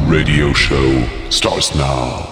radio show starts now.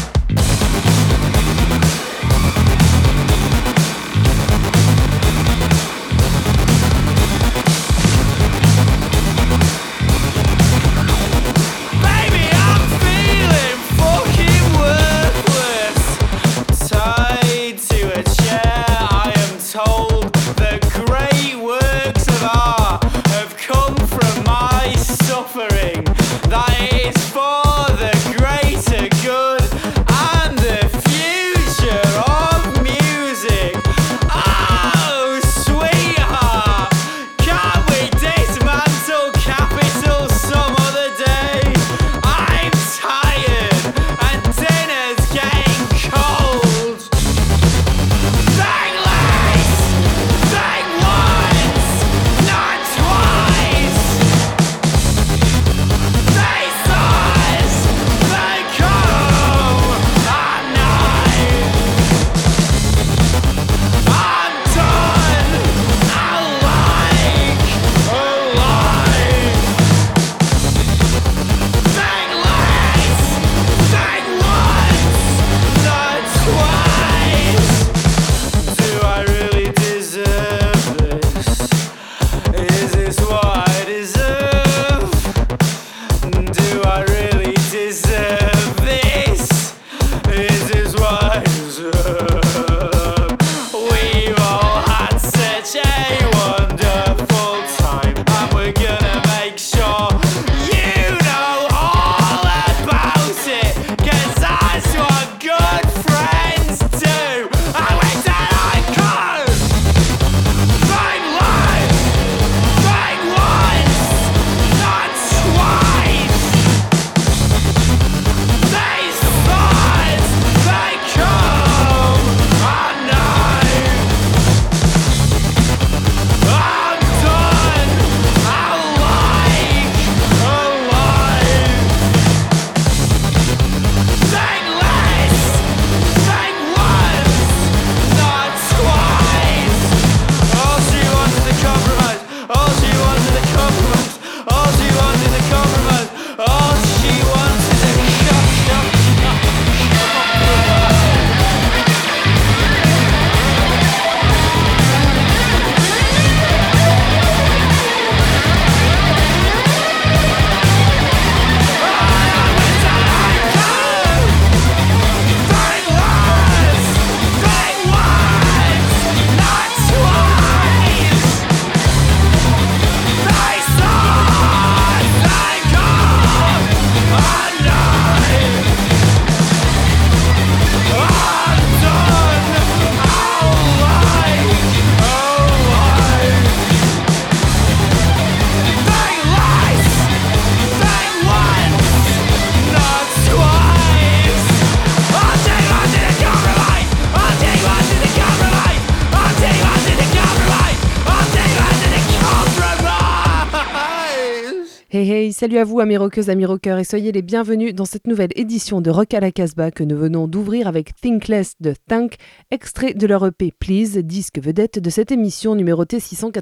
Salut à vous amis rockeuses, amis rockeurs et soyez les bienvenus dans cette nouvelle édition de Rock à la Casbah que nous venons d'ouvrir avec Thinkless de Thank, extrait de leur EP Please, disque vedette de cette émission numérotée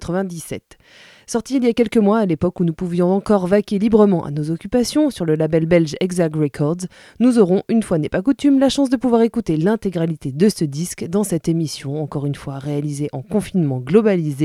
697. Sorti il y a quelques mois, à l'époque où nous pouvions encore vaquer librement à nos occupations sur le label belge Exag Records, nous aurons, une fois n'est pas coutume, la chance de pouvoir écouter l'intégralité de ce disque dans cette émission, encore une fois réalisée en confinement globalisé,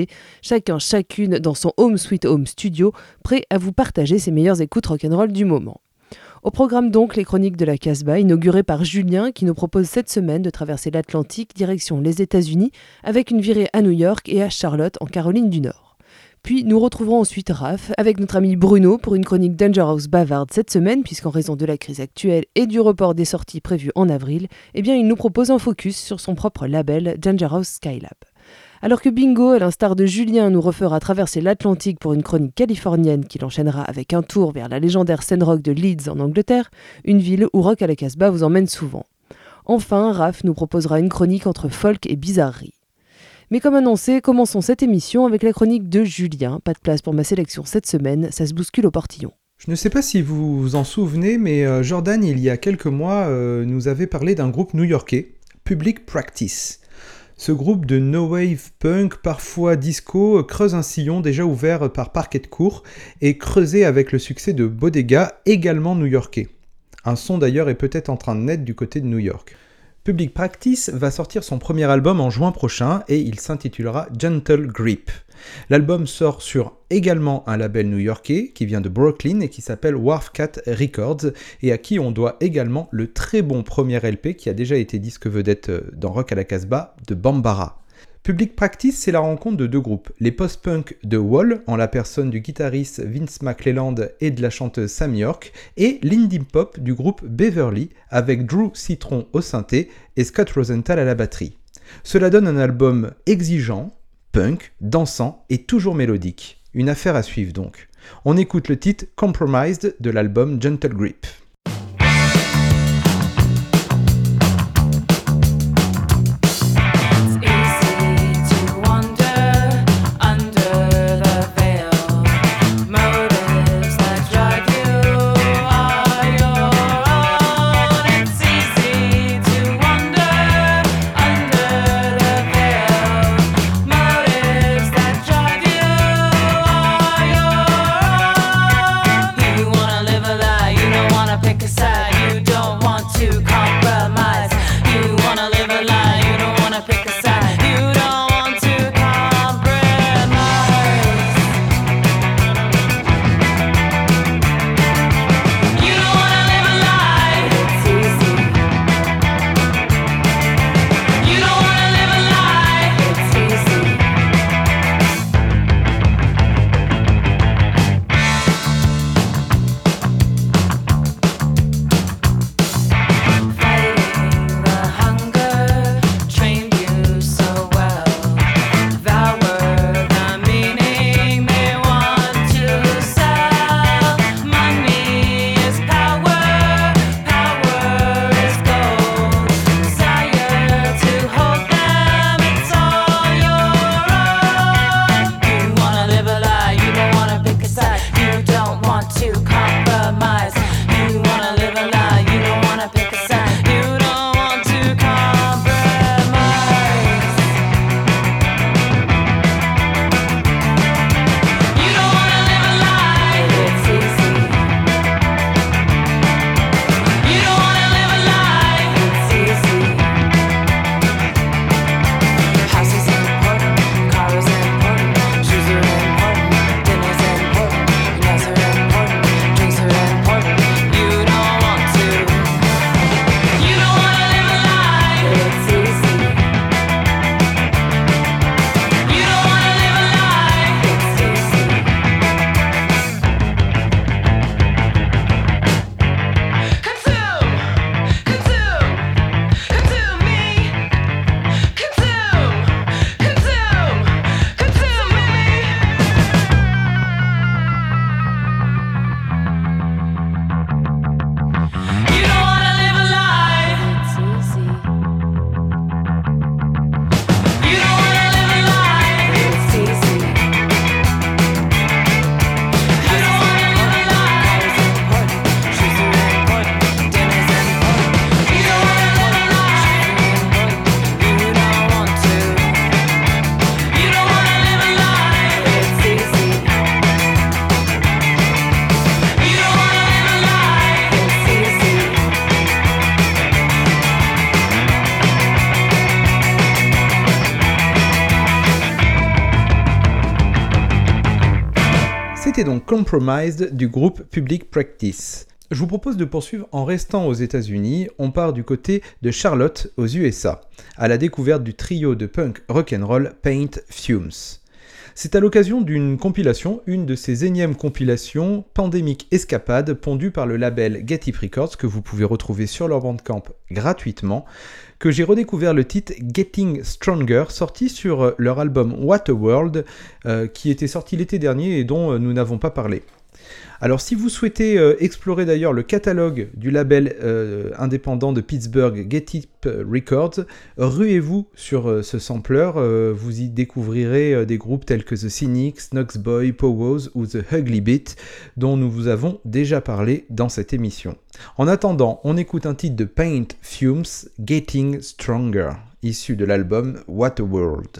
chacune dans son Home Sweet Home studio, prêt à vous partager ses meilleures écoutes rock'n'roll du moment. Au programme donc les chroniques de la Casbah, inaugurées par Julien qui nous propose cette semaine de traverser l'Atlantique direction les États-Unis avec une virée à New York et à Charlotte en Caroline du Nord. Puis nous retrouverons ensuite Raph avec notre ami Bruno pour une chronique Danger House bavarde cette semaine puisqu'en raison de la crise actuelle et du report des sorties prévues en avril, il nous propose un focus sur son propre label Danger House Skylab. Alors que Bingo, à l'instar de Julien, nous refera traverser l'Atlantique pour une chronique californienne qui l'enchaînera avec un tour vers la légendaire scène rock de Leeds en Angleterre, une ville où Rock à la Casbah vous emmène souvent. Enfin, Raph nous proposera une chronique entre folk et bizarrerie. Mais comme annoncé, commençons cette émission avec la chronique de Julien. Pas de place pour ma sélection cette semaine, ça se bouscule au portillon. Je ne sais pas si vous vous en souvenez, mais Jordan, il y a quelques mois, nous avait parlé d'un groupe new-yorkais, Public Practice. Ce groupe de no-wave punk, parfois disco, creuse un sillon déjà ouvert par Parquet Court et creusé avec le succès de Bodega, également new-yorkais. Un son d'ailleurs est peut-être en train de naître du côté de New York. Public Practice va sortir son premier album en juin prochain et il s'intitulera Gentle Grip. L'album sort sur également un label new-yorkais qui vient de Brooklyn et qui s'appelle Wharfcat Records et à qui on doit également le très bon premier LP qui a déjà été disque vedette dans Rock à la Casbah de Bambara. Public Practice, c'est la rencontre de deux groupes, les post-punk de Wall, en la personne du guitariste Vince McClelland et de la chanteuse Sam York, et l'indie pop du groupe Beverly, avec Drew Citron au synthé et Scott Rosenthal à la batterie. Cela donne un album exigeant, punk, dansant et toujours mélodique. Une affaire à suivre donc. On écoute le titre Compromised de l'album Gentle Grip. C'était donc Compromised du groupe Public Practice. Je vous propose de poursuivre en restant aux États-Unis. On part du côté de Charlotte, aux USA, à la découverte du trio de punk rock'n'roll Paint Fumes. C'est à l'occasion d'une compilation, une de ces énièmes compilations Pandemic Escapade pondue par le label Get It Records que vous pouvez retrouver sur leur Bandcamp gratuitement, que j'ai redécouvert le titre Getting Stronger, sorti sur leur album What a World, qui était sorti l'été dernier et dont nous n'avons pas parlé. Alors si vous souhaitez explorer d'ailleurs le catalogue du label indépendant de Pittsburgh Get It Records, ruez-vous sur ce sampler, vous y découvrirez des groupes tels que The Cynics, Knox Boy, Powwows ou The Ugly Beat, dont nous vous avons déjà parlé dans cette émission. En attendant, on écoute un titre de Paint Fumes, Getting Stronger, issu de l'album What a World.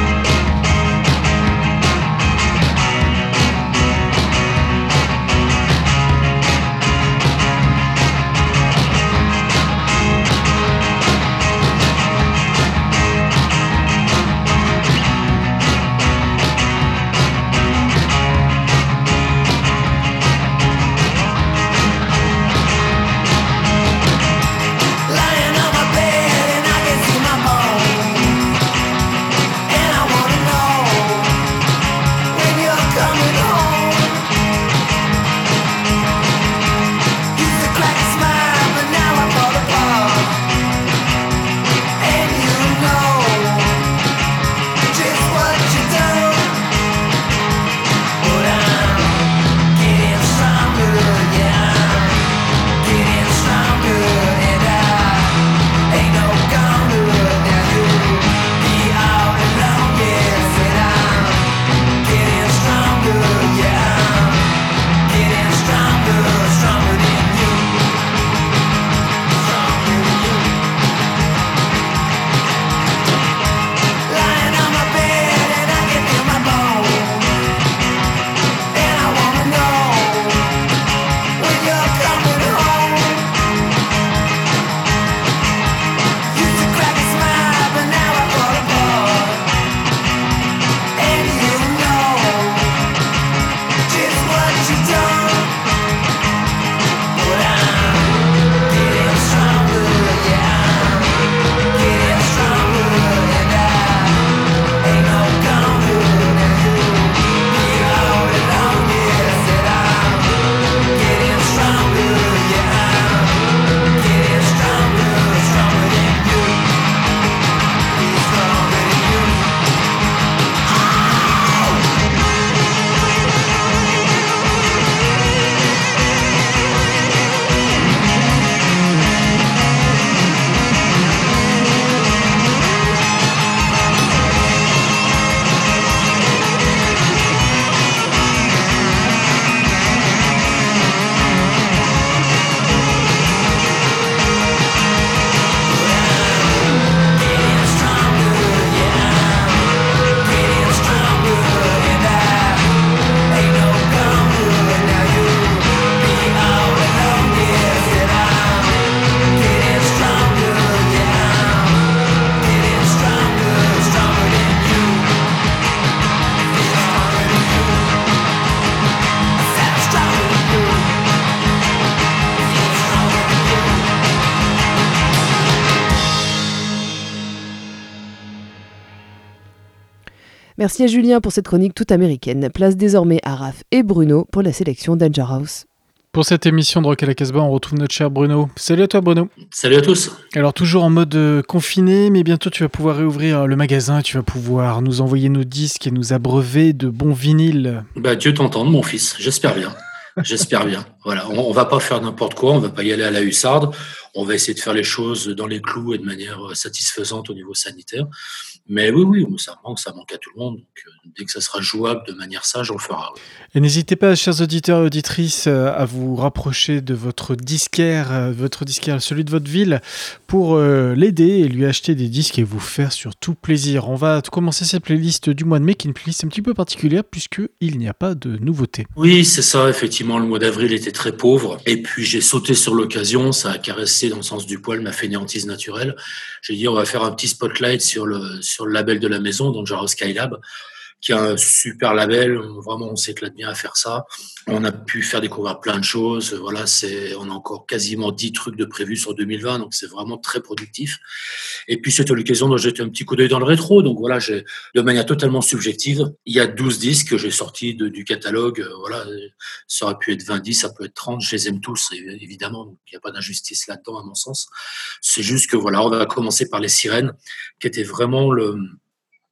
Merci à Julien pour cette chronique toute américaine. Place désormais à Raph et Bruno pour la sélection Danger House. Pour cette émission de Rock à la Casbah, on retrouve notre cher Bruno. Salut à toi Bruno. Salut à tous. Alors toujours en mode confiné, mais bientôt tu vas pouvoir réouvrir le magasin, tu vas pouvoir nous envoyer nos disques et nous abreuver de bons vinyles. Bah Dieu t'entende mon fils, j'espère bien. J'espère bien. Voilà, on va pas faire n'importe quoi, on va pas y aller à la hussarde. On va essayer de faire les choses dans les clous et de manière satisfaisante au niveau sanitaire. Mais oui, ça manque à tout le monde. Donc, dès que ça sera jouable de manière sage, on le fera. Oui. Et n'hésitez pas, chers auditeurs et auditrices, à vous rapprocher de votre disquaire, celui de votre ville, pour l'aider et lui acheter des disques et vous faire surtout plaisir. On va commencer cette playlist du mois de mai, qui est une playlist un petit peu particulière, puisqu'il n'y a pas de nouveautés. Oui, c'est ça, effectivement, le mois d'avril était très pauvre. Et puis, j'ai sauté sur l'occasion, ça a caressé dans le sens du poil ma fainéantise naturelle. J'ai dit, on va faire un petit spotlight sur le label de la maison, Danger House Skylab, qui est un super label. Vraiment, on s'éclate bien à faire ça. On a pu faire découvrir plein de choses. Voilà, on a encore quasiment 10 trucs de prévus sur 2020, donc c'est vraiment très productif. Et puis, c'était l'occasion de jeter un petit coup d'œil dans le rétro. Donc voilà, de manière totalement subjective, il y a 12 disques que j'ai sortis du catalogue. Voilà, ça aurait pu être 20 disques, ça peut être 30. Je les aime tous, évidemment. Donc, il n'y a pas d'injustice là-dedans, à mon sens. C'est juste que voilà, on va commencer par Les Sirènes, qui était vraiment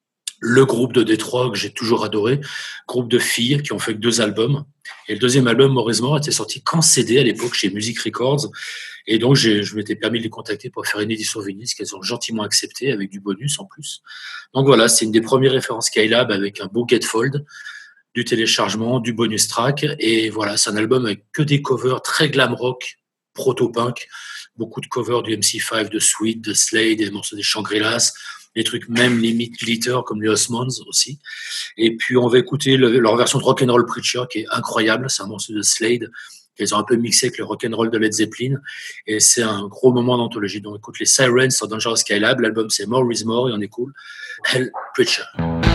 le groupe de Détroit que j'ai toujours adoré, groupe de filles qui ont fait que 2 albums. Et le deuxième album, More is More, était sorti qu'en CD à l'époque chez Music Records. Et donc, je m'étais permis de les contacter pour faire une édition vinyle, ce qu'elles ont gentiment accepté avec du bonus en plus. Donc voilà, c'est une des premières références Skylab avec un beau gatefold, du téléchargement, du bonus track. Et voilà, c'est un album avec que des covers très glam rock, proto-punk, beaucoup de covers du MC5, de Sweet, de Slade, des morceaux des Shangri-Las, des trucs même limite glitter comme les Osmonds aussi. Et puis on va écouter leur version de Rock'n'Roll Preacher qui est incroyable, c'est un morceau de Slade qu'ils ont un peu mixé avec le rock'n'roll de Led Zeppelin et c'est un gros moment d'anthologie. Donc on écoute les Sirens sur Dangerous Skylab, l'album c'est More is More et on écoute Hell Preacher.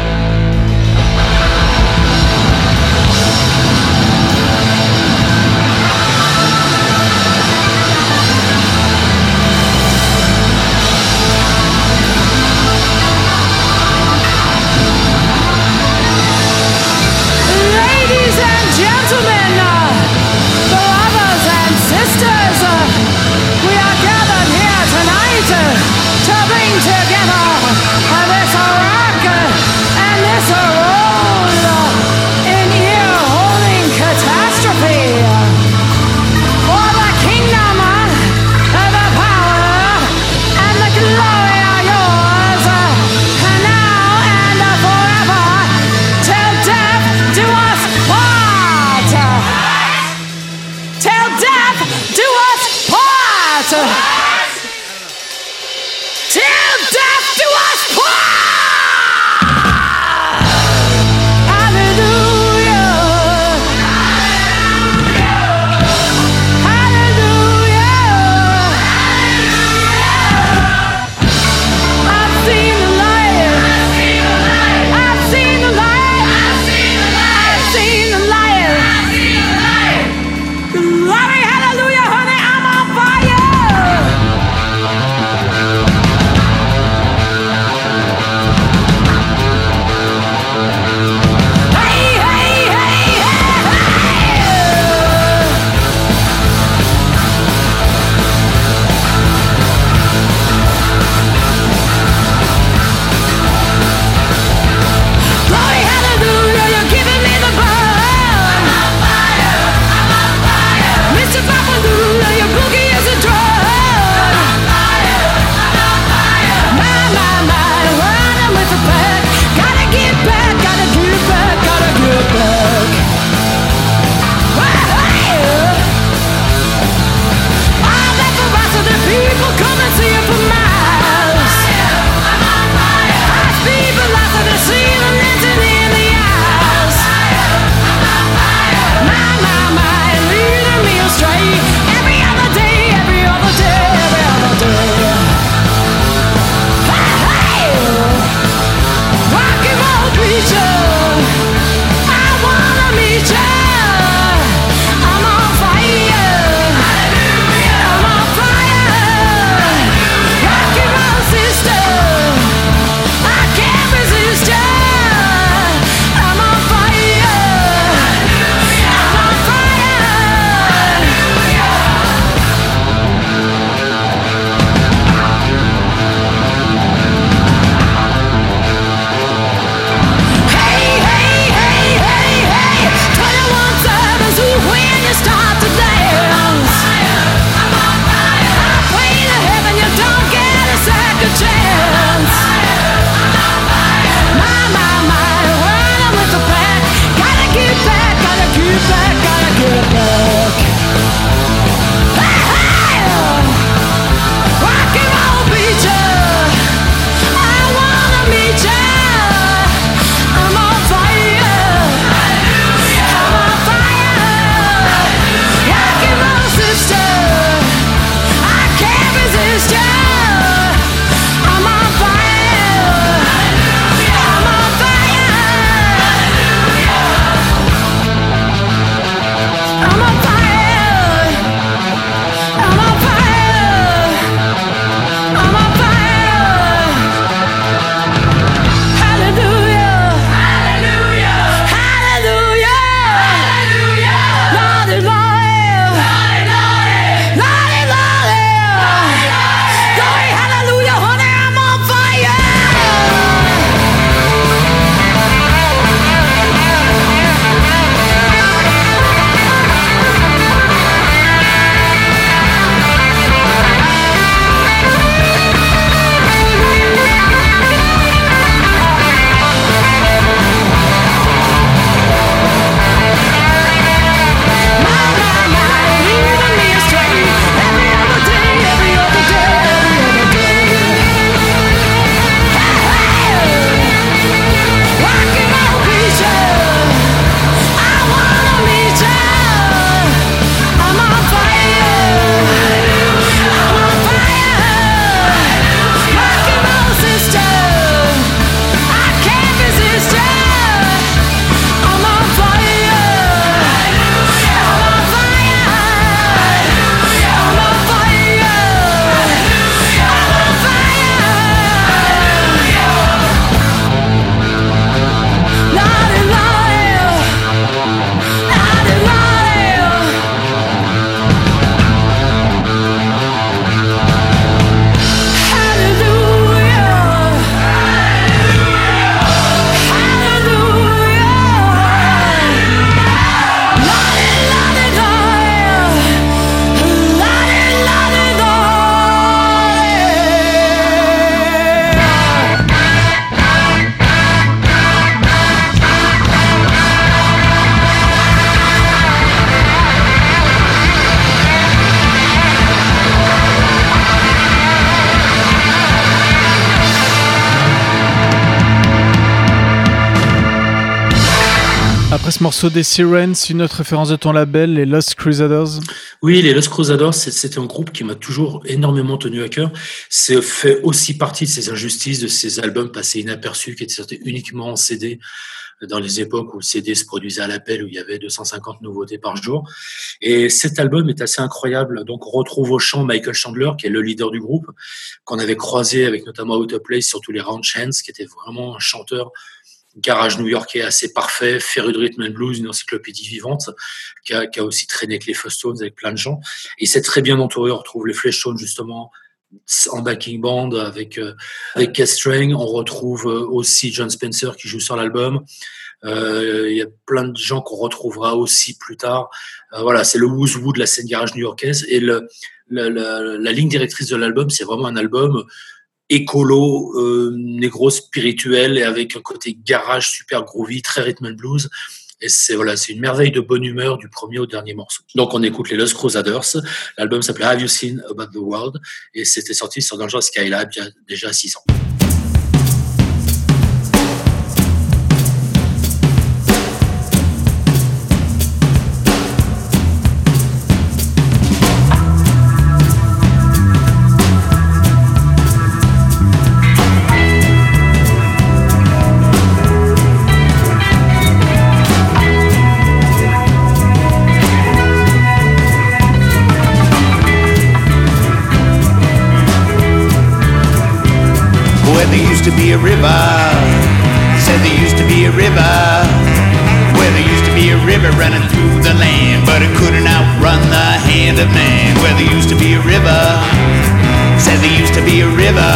Gentlemen, brothers and sisters, we are gathered here tonight to bring together this rock and this roll in ear-holding catastrophe. For the kingdom, the power, and the glory are yours, now and forever, till death do us part. Till death do us part. Till death do us part. Hallelujah. Hallelujah. I've seen the light. I've seen the light. I've seen the light. Glory, hallelujah, honey, I'm on fire. Après ce morceau des Sirens, une autre référence de ton label, les Lost Crusaders. Oui, les Lost Crusaders, c'était un groupe qui m'a toujours énormément tenu à cœur. C'est fait aussi partie de ces injustices, de ces albums passés inaperçus qui étaient sortis uniquement en CD dans les époques où le CD se produisait à l'appel, où il y avait 250 nouveautés par jour. Et cet album est assez incroyable. Donc, on retrouve au chant Michael Chandler, qui est le leader du groupe, qu'on avait croisé avec notamment Out of Place sur tous les Ranch Hands, qui était vraiment un chanteur garage new-yorkais assez parfait, féru de rhythm and blues, une encyclopédie vivante, qui a aussi traîné avec les Fuzz-Tones, avec plein de gens. Et c'est très bien entouré. On retrouve les Fleshtones, justement, en backing band avec Keith Strang. On retrouve aussi John Spencer qui joue sur l'album. Il y a plein de gens qu'on retrouvera aussi plus tard. Voilà, c'est le who's who de la scène garage new-yorkaise. Et la ligne directrice de l'album, c'est vraiment un album écolo, négro spirituel et avec un côté garage super groovy, très rhythm and blues. Et c'est une merveille de bonne humeur du premier au dernier morceau. Donc on écoute les Lost Crusaders. L'album s'appelait Have You Seen About the World et c'était sorti sur Dangerous Skylab il y a déjà 6 ans. To be a river, said there used to be a river, where there used to be a river running through the land, but it couldn't outrun the hand of man. Where there used to be a river, said there used to be a river.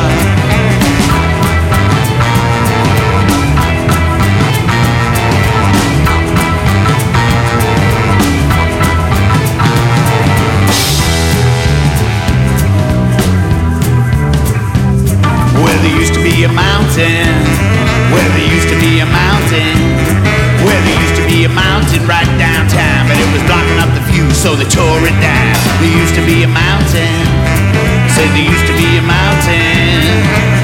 There used to be a mountain, where there used to be a mountain, where there used to be a mountain right downtown, but it was blocking up the view, so they tore it down. There used to be a mountain, said there used to be a mountain.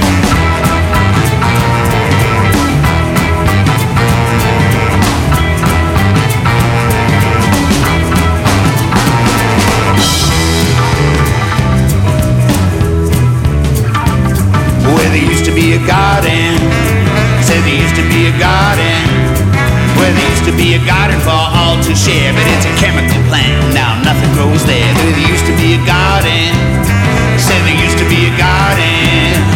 There used to be a garden, said there used to be a garden, where there used to be a garden for all to share, but it's a chemical plant, now nothing grows there. There used to be a garden, said there used to be a garden.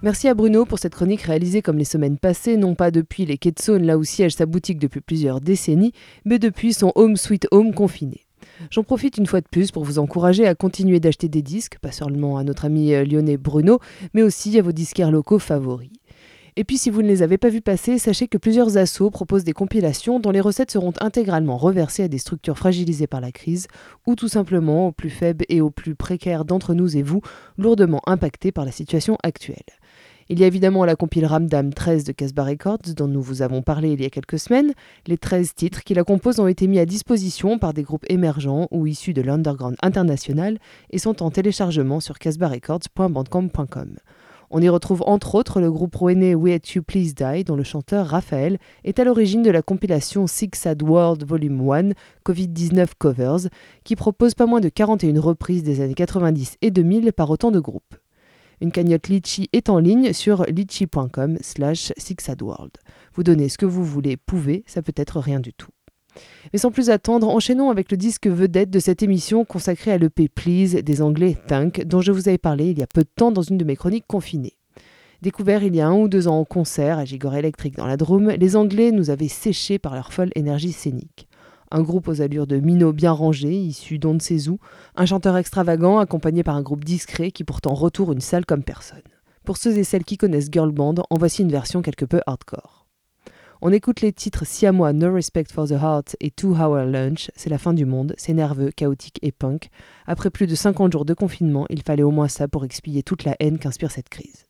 Merci à Bruno pour cette chronique réalisée comme les semaines passées, non pas depuis les quais de Saône, là où siège sa boutique depuis plusieurs décennies, mais depuis son home sweet home confiné. J'en profite une fois de plus pour vous encourager à continuer d'acheter des disques, pas seulement à notre ami lyonnais Bruno, mais aussi à vos disquaires locaux favoris. Et puis si vous ne les avez pas vus passer, sachez que plusieurs assos proposent des compilations dont les recettes seront intégralement reversées à des structures fragilisées par la crise, ou tout simplement aux plus faibles et aux plus précaires d'entre nous et vous, lourdement impactés par la situation actuelle. Il y a évidemment la compile Ramdam 13 de Casbah Records, dont nous vous avons parlé il y a quelques semaines. Les 13 titres qui la composent ont été mis à disposition par des groupes émergents ou issus de l'underground international et sont en téléchargement sur casbahrecords.bandcamp.com. On y retrouve entre autres le groupe rouennais We Hate You Please Die, dont le chanteur Raphaël est à l'origine de la compilation Six Sad World Volume 1 Covid-19 Covers, qui propose pas moins de 41 reprises des années 90 et 2000 par autant de groupes. Une cagnotte Litchi est en ligne sur litchi.com/sixsadworld. Vous donnez ce que vous voulez, pouvez, ça peut être rien du tout. Mais sans plus attendre, enchaînons avec le disque vedette de cette émission consacrée à l'EP Please des Anglais Tank, dont je vous avais parlé il y a peu de temps dans une de mes chroniques confinées. Découvert il y a 1 ou 2 ans en concert à Gigor Electric dans la Drôme, les Anglais nous avaient séchés par leur folle énergie scénique. Un groupe aux allures de minots bien rangés, issus d'on ne sait où, un chanteur extravagant accompagné par un groupe discret qui pourtant retourne une salle comme personne. Pour ceux et celles qui connaissent Girl Band, en voici une version quelque peu hardcore. On écoute les titres Siamois, No Respect for the Heart et 2 Hour Lunch, c'est la fin du monde, c'est nerveux, chaotique et punk. Après plus de 50 jours de confinement, il fallait au moins ça pour expier toute la haine qu'inspire cette crise.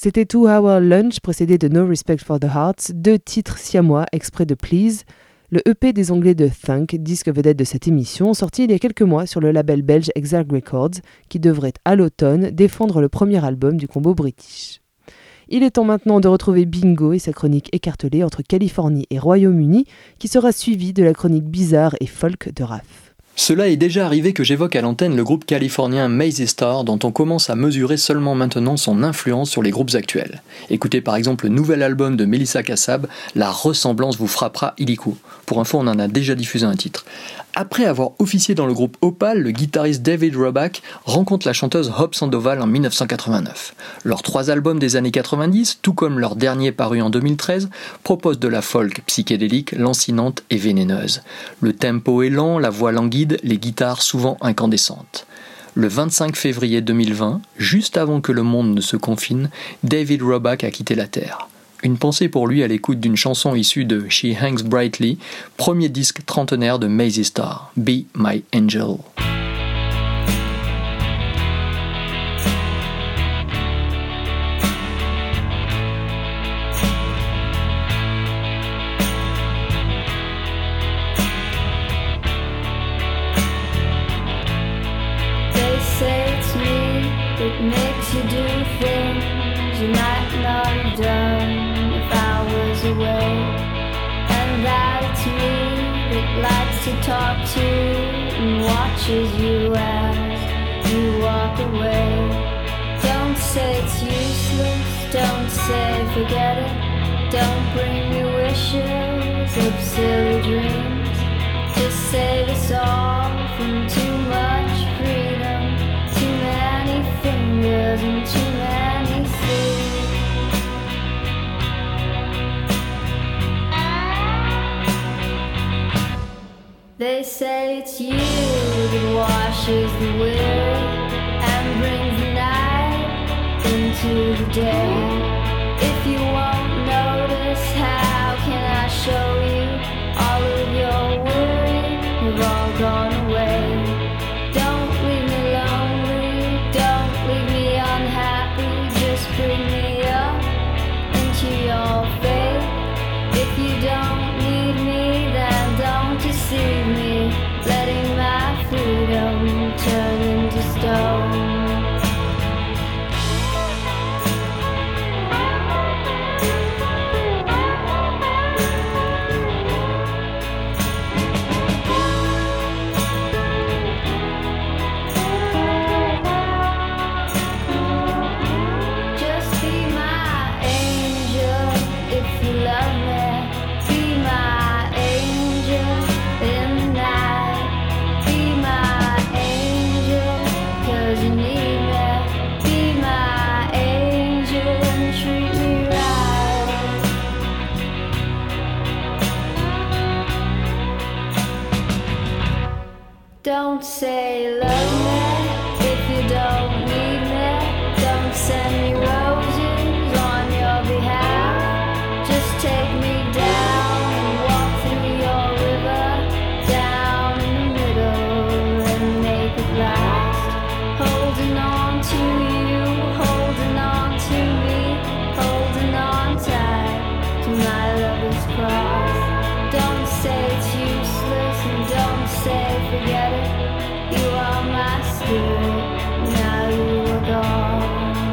C'était 2 Hour Lunch, précédé de No Respect for the Hearts, 2 titres siamois exprès de Please, le EP des Anglais de Thunk, disque vedette de cette émission, sorti il y a quelques mois sur le label belge Exarch Records, qui devrait à l'automne défendre le premier album du combo british. Il est temps maintenant de retrouver Bingo et sa chronique écartelée entre Californie et Royaume-Uni, qui sera suivie de la chronique bizarre et folk de Raph. Cela est déjà arrivé que j'évoque à l'antenne le groupe californien Mazzy Star, dont on commence à mesurer seulement maintenant son influence sur les groupes actuels. Écoutez par exemple le nouvel album de Melissa Kassab, la ressemblance vous frappera illico. Pour info, on en a déjà diffusé un titre. Après avoir officié dans le groupe Opal, le guitariste David Roback rencontre la chanteuse Hope Sandoval en 1989. Leurs 3 albums des années 90, tout comme leur dernier paru en 2013, proposent de la folk psychédélique, lancinante et vénéneuse. Le tempo est lent, la voix languide, les guitares souvent incandescentes. Le 25 février 2020, juste avant que le monde ne se confine, David Roback a quitté la Terre. Une pensée pour lui à l'écoute d'une chanson issue de She Hangs Brightly, premier disque trentenaire de Mazzy Star, Be My Angel. They say it's me that makes you do things you might not have done if I was away, and that it's me that likes to talk to you and watches you as you walk away. Don't say it's useless, don't say forget it, don't bring me wishes of silly dreams. Just save us all from too much freedom, too many fingers and too many sleeves. They say it's you that washes the weary and brings the night into the day. If you won't notice, how can I show you all of your worry have all gone away? Don't leave me lonely, don't leave me unhappy, just bring me up into your faith. If you don't need me, then don't deceive me, letting my freedom turn into stone. Just be my angel if you love me. Be my angel in the night. Be my angel 'cause you need me. Be my angel and treat me right. Don't say love me if you don't need me. Don't send me roses on your behalf. Just take me down and walk through your river, down in the middle and make it last. Holding on to you, holding on to me, holding on tight to my lover's cross. Don't say it's useless and don't say forget it. You are my spirit, now you are gone.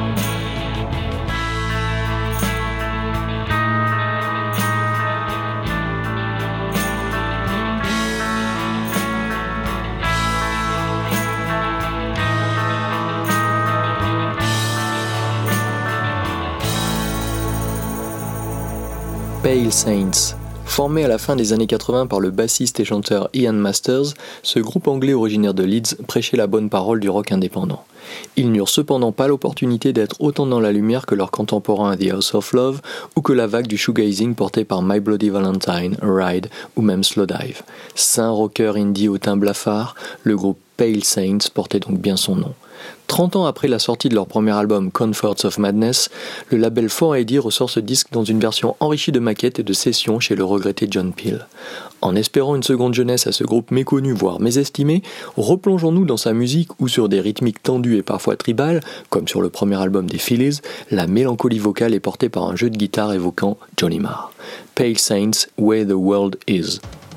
Pale Saints. Formé à la fin des années 80 par le bassiste et chanteur Ian Masters, ce groupe anglais originaire de Leeds prêchait la bonne parole du rock indépendant. Ils n'eurent cependant pas l'opportunité d'être autant dans la lumière que leurs contemporains The House of Love ou que la vague du shoegazing portée par My Bloody Valentine, Ride ou même Slowdive. Saint rocker indie au teint blafard, le groupe Pale Saints portait donc bien son nom. 30 ans après la sortie de leur premier album Comforts of Madness, le label 4AD ressort ce disque dans une version enrichie de maquettes et de sessions chez le regretté John Peel. En espérant une seconde jeunesse à ce groupe méconnu voire mésestimé, replongeons-nous dans sa musique où sur des rythmiques tendues et parfois tribales, comme sur le premier album des Phillies, la mélancolie vocale est portée par un jeu de guitare évoquant Johnny Marr. Pale Saints, Where the World Is.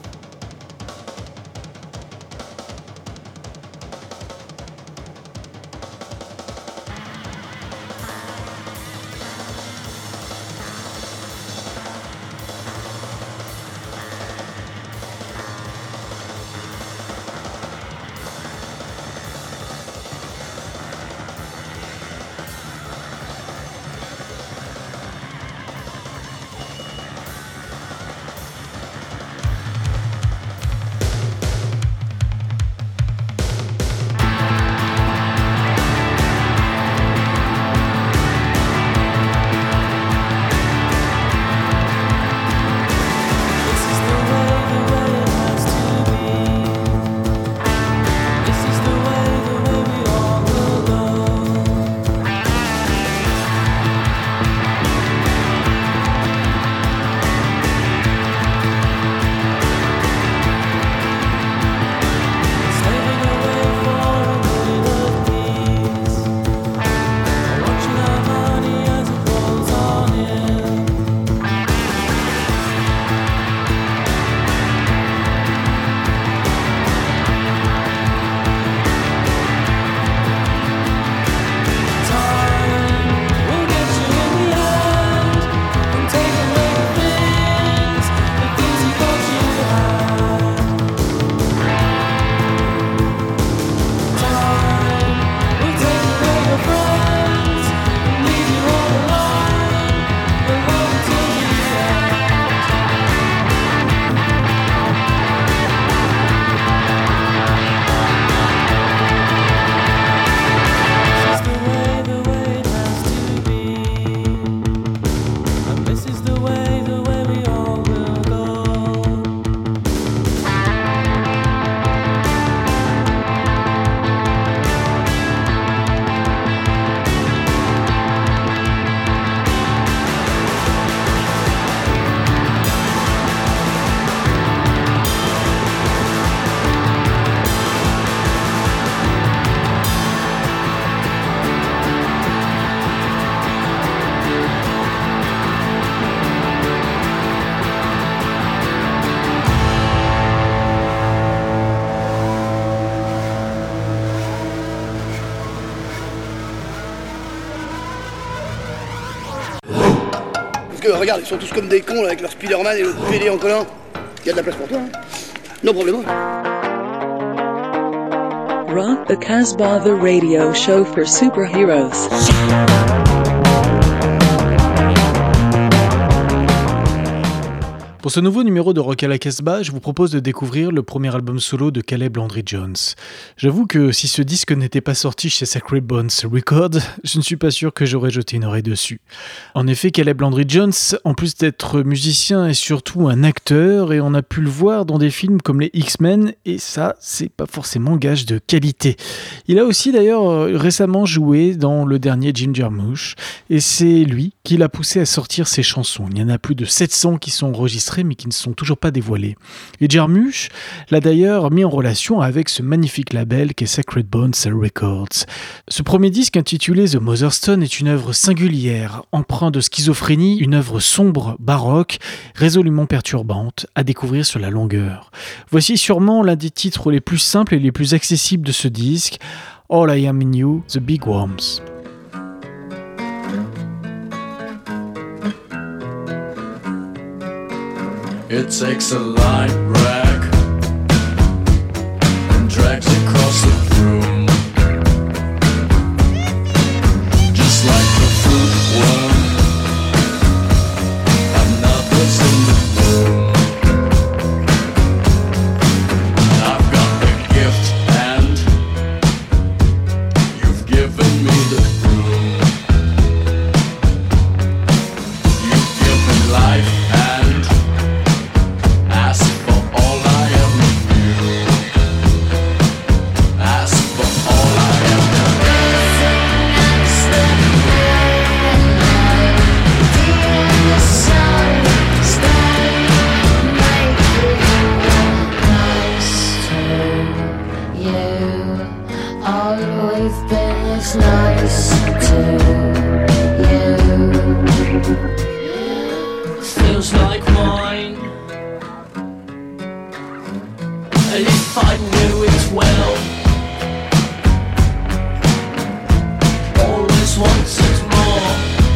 Regarde, ils sont tous comme des cons là, avec leur Spider-Man et le PD en collant. Il y a de la place pour toi, hein. No problème. Rock the Casbah, the radio show for superheroes. Pour ce nouveau numéro de Rock à la Casbah, je vous propose de découvrir le premier album solo de Caleb Landry Jones. J'avoue que si ce disque n'était pas sorti chez Sacred Bones Records, je ne suis pas sûr que j'aurais jeté une oreille dessus. En effet, Caleb Landry Jones, en plus d'être musicien, est surtout un acteur et on a pu le voir dans des films comme les X-Men et ça, c'est pas forcément gage de qualité. Il a aussi d'ailleurs récemment joué dans le dernier Ginger Mush et c'est lui qui l'a poussé à sortir ses chansons. Il y en a plus de 700 qui sont enregistrées mais qui ne sont toujours pas dévoilés. Et Jarmusch l'a d'ailleurs mis en relation avec ce magnifique label qu'est Sacred Bones Records. Ce premier disque intitulé The Mother Stone est une œuvre singulière, empreinte de schizophrénie, une œuvre sombre, baroque, résolument perturbante, à découvrir sur la longueur. Voici sûrement l'un des titres les plus simples et les plus accessibles de ce disque, All I Am in You, The Big Worms. It takes a light rag and drags across the room, just like the fruit worm. Another's in the room. I've got the gift and you've given me the room. You've given life and ask for all always been as nice to you. Feels like wine, and if I knew it well, always wanted more.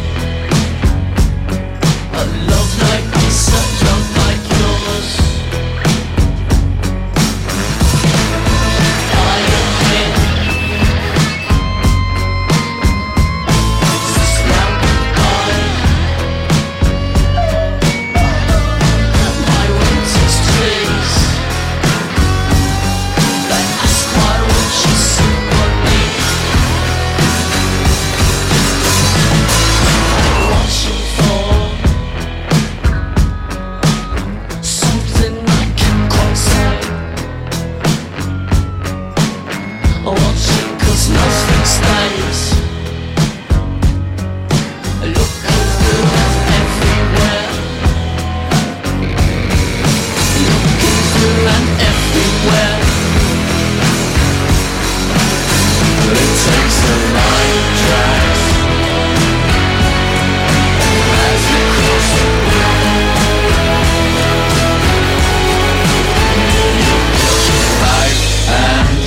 A love like this, a love like yours. I admit this lamp eye, my winter's trees. They ask why would she sing on me. Watching for something I can't quite say. Watching 'cause nothing stays. Looking through and everywhere. Looking through and everywhere. It takes a line dress as we cross the road. Right hand.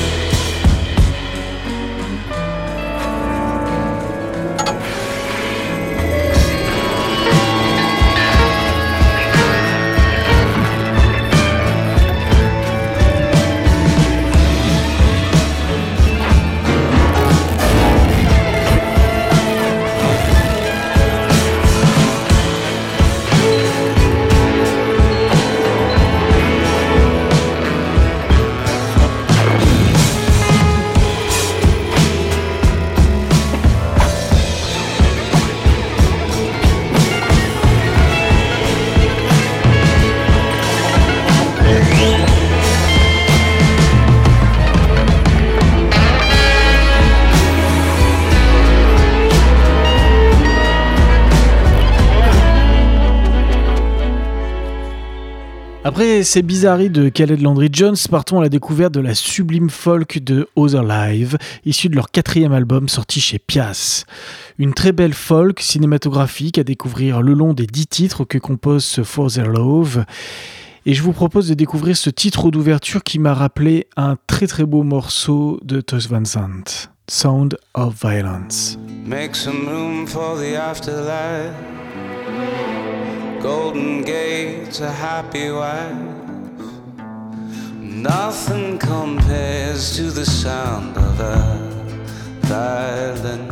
Après ces bizarreries de Khaled Landry Jones, partons à la découverte de la sublime folk de Other Live, issue de leur 4e album sorti chez Pias. Une très belle folk cinématographique à découvrir le long des 10 titres que compose ce For Their Love. Et je vous propose de découvrir ce titre d'ouverture qui m'a rappelé un très très beau morceau de Tove Van Sant, Sound of Violence. Make some room for the afterlife. Golden gate, a happy wife. Nothing compares to the sound of a violence.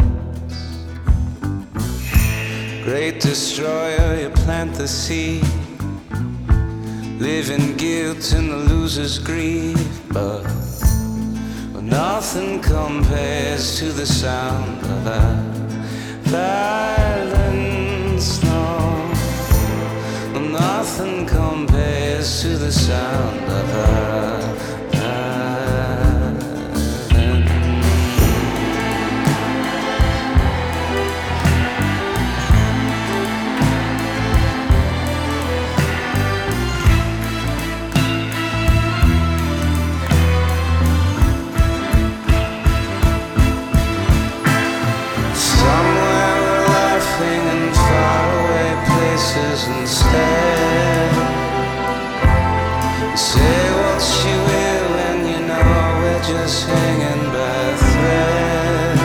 Great destroyer, you plant the seed. Live in guilt and the loser's grief. But nothing compares to the sound of a violence. No. Nothing compares to the sound of her. Somewhere we're laughing in faraway places instead. Say what you will and you know we're just hanging by a thread.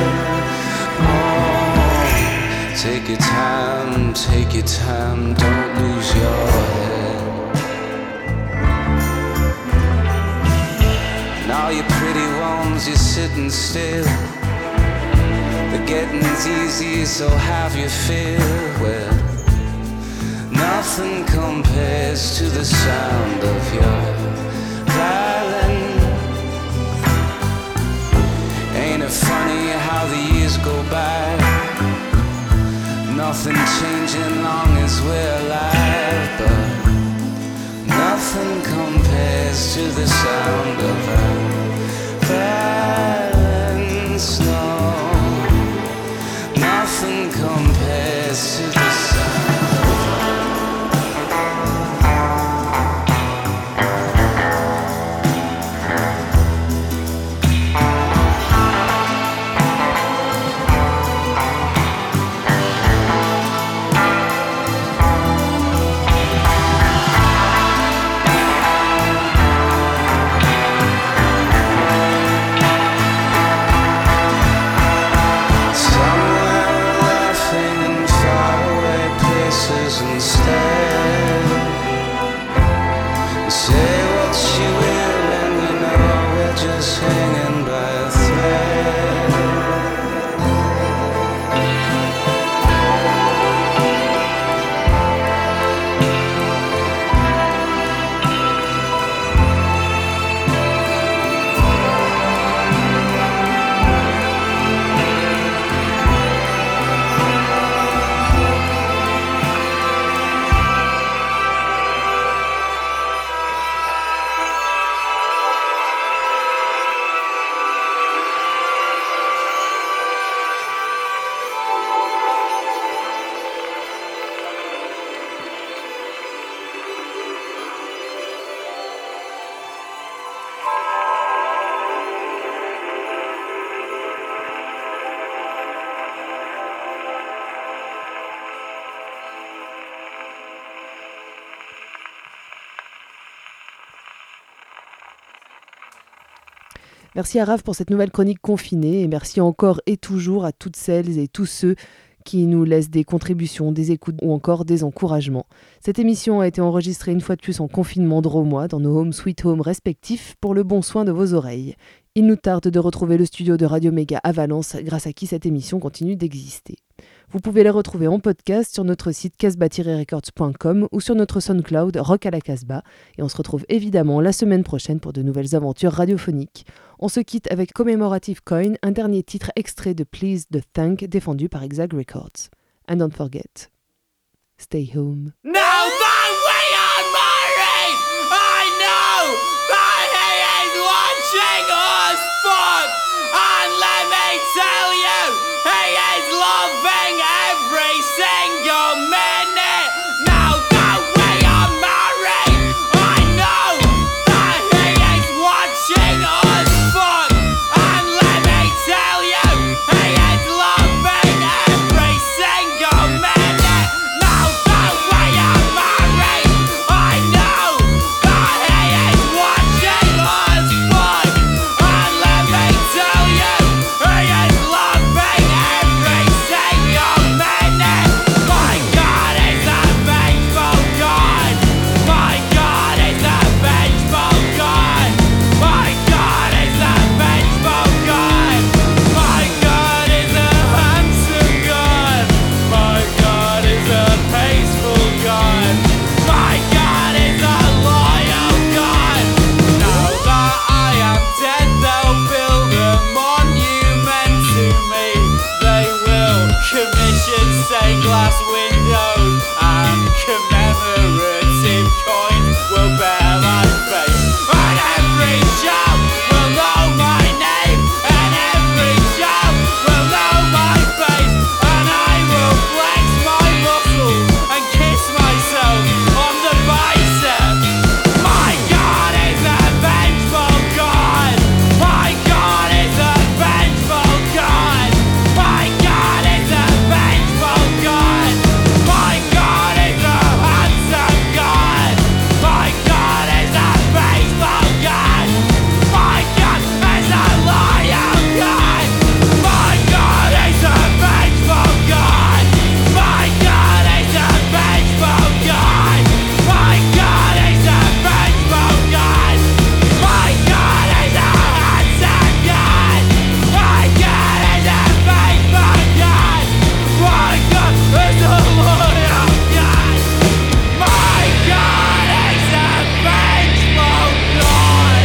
Oh, take your time, don't lose your head. Now you pretty ones, you're sitting still. The getting's easy, so have your fill. Well, nothing compares to the sound of your violin. Ain't it funny how the years go by? Nothing changing long as we're alive. But nothing compares to the sound of our violence. No, nothing compares to the sound. Merci à Raph pour cette nouvelle chronique confinée et merci encore et toujours à toutes celles et tous ceux qui nous laissent des contributions, des écoutes ou encore des encouragements. Cette émission a été enregistrée une fois de plus en confinement drômois dans nos home sweet home respectifs pour le bon soin de vos oreilles. Il nous tarde de retrouver le studio de Radio Méga à Valence, grâce à qui cette émission continue d'exister. Vous pouvez les retrouver en podcast sur notre site casbah-records.com ou sur notre SoundCloud Rock à la Casbah. Et on se retrouve évidemment la semaine prochaine pour de nouvelles aventures radiophoniques. On se quitte avec Commemorative Coin, un dernier titre extrait de Please the Thank défendu par Exag Records. And don't forget, stay home. No, that way on Murray! I know that he is watching us fuck! And let me tell you, he is loving every single minute! Now that way on Murray! I know that he is watching us fuck! And let me tell you, he is loving every single minute! Now that way on Murray! I know that he is watching us fuck! And let me tell you, he is loving every single minute! My God is a vengeful God! My God is a vengeful God! My God is a vengeful God! My God is a handsome God! My God is a peaceful God! My God is a loyal God! Now that I am dead, they'll build a monument to me. They will commission stained glass windows and commemorative coins will bear my face. And every shop will know my name, and every shop will know my face. And I will flex my muscles and kiss myself on the bicep. My God is a vengeful God. My God is a vengeful God. My God is a vengeful God. My God is a handsome God. My God is a faithful God. My God is a loyal God. My God is a vengeful God. My God is a vengeful God. My God is a vengeful God. My God is a handsome God. My God is a faithful God. My God is a loyal God. My God is a vengeful God.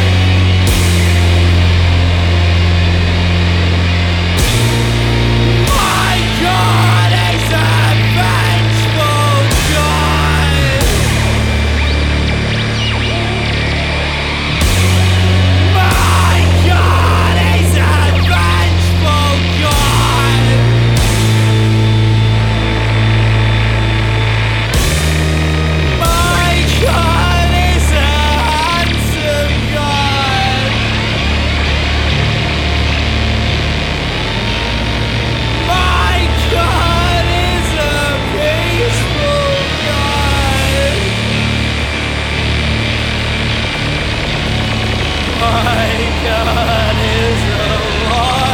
My God is a vengeful God. My God is a vengeful God. My God is a handsome God. My God is a peaceful God. My God is a